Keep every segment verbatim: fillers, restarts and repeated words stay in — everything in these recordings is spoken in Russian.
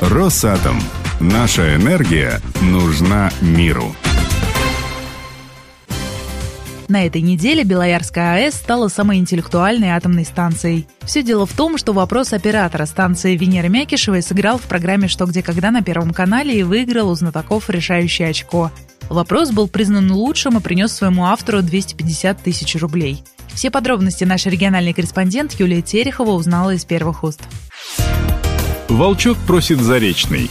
Росатом. Наша энергия нужна миру. На этой неделе Белоярская АЭС стала самой интеллектуальной атомной станцией. Все дело в том, что вопрос оператора станции Венеры Мякишевой сыграл в программе «Что, где, когда» на Первом канале и выиграл у знатоков решающее очко. Вопрос был признан лучшим и принес своему автору двести пятьдесят тысяч рублей. Все подробности наш региональный корреспондент Юлия Терехова узнала из первых уст. Волчок просит Заречный.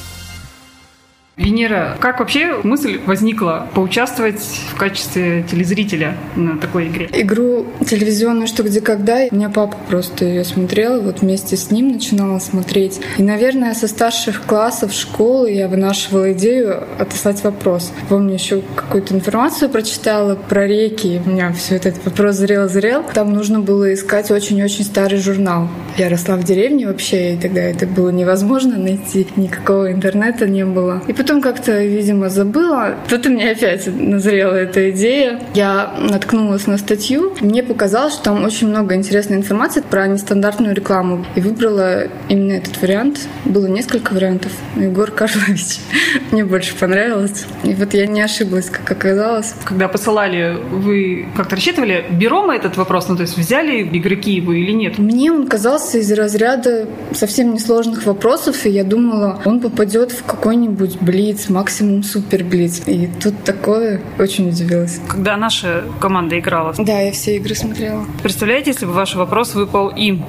Венера, как вообще мысль возникла поучаствовать в качестве телезрителя на такой игре? Игру телевизионную «Что, где, когда» у меня папа просто ее смотрел, вот вместе с ним начинала смотреть. И, наверное, со старших классов школы я вынашивала идею отослать вопрос. Помню, еще какую-то информацию прочитала про реки, у меня все этот вопрос зрел-зрел. Там нужно было искать очень-очень старый журнал. Я росла в деревне вообще, и тогда это было невозможно найти, никакого интернета не было. И потом как-то, видимо, забыла. Тут у меня опять назрела эта идея. Я наткнулась на статью. Мне показалось, что там очень много интересной информации про нестандартную рекламу. И выбрала именно этот вариант. Было несколько вариантов. Егор Карлович. Мне больше понравилось. И вот я не ошиблась, как оказалось. Когда посылали, вы как-то рассчитывали, берем мы этот вопрос? Ну, то есть взяли игроки его или нет? Мне он казался из разряда совсем несложных вопросов, и я думала, он попадет в какой-нибудь блиц, максимум супер блиц. И тут такое, очень удивилась. Когда наша команда играла? Да, я все игры смотрела. Представляете, если бы ваш вопрос выпал им?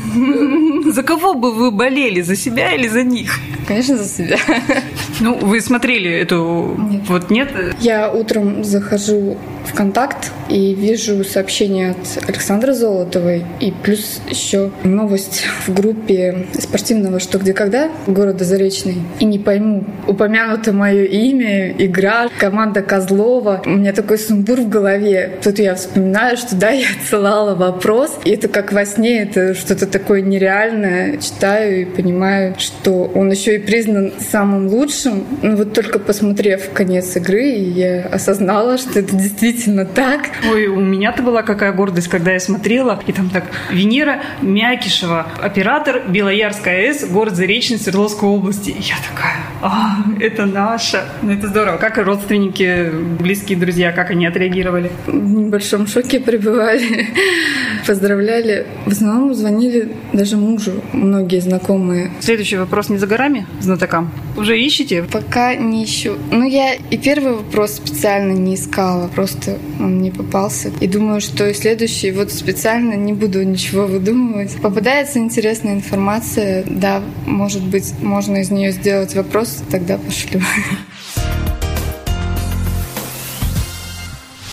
За кого бы вы болели? За себя или за них? Конечно, за себя. Ну, вы смотрели эту... Нет. Вот нет? Я утром захожу в «Контакт» и вижу сообщение от Александры Золотовой. И плюс еще новость в группе спортивного «Что, где, когда» города Заречный. И не пойму, упомянуто мое имя, игра, команда Козлова. У меня такой сумбур в голове. Тут я вспоминаю, что да, я отсылала вопрос. И это как во сне, это что-то такое нереальное. Читаю и понимаю, что он еще и признан самым лучшим. Ну вот только посмотрев конец игры, я осознала, что это действительно так. Ой, у меня-то была какая гордость, когда я смотрела, и там так: Венера Мякишева, оператор Белоярская АЭС, город Заречный, Свердловской области. И я такая: а, это наша. Ну, это здорово. Как и родственники, близкие друзья, как они отреагировали? В небольшом шоке пребывали. Поздравляли. В основном звонили даже мужу, многие знакомые. Следующий вопрос не за горами знатокам? Уже ищете? Пока не ищу. Ну, я и первый вопрос специально не искала, просто он мне попался. И думаю, что и следующий вот специально не буду ничего выдумывать. Попадается интересная информация, да, может быть, можно из нее сделать вопрос, тогда пошлю.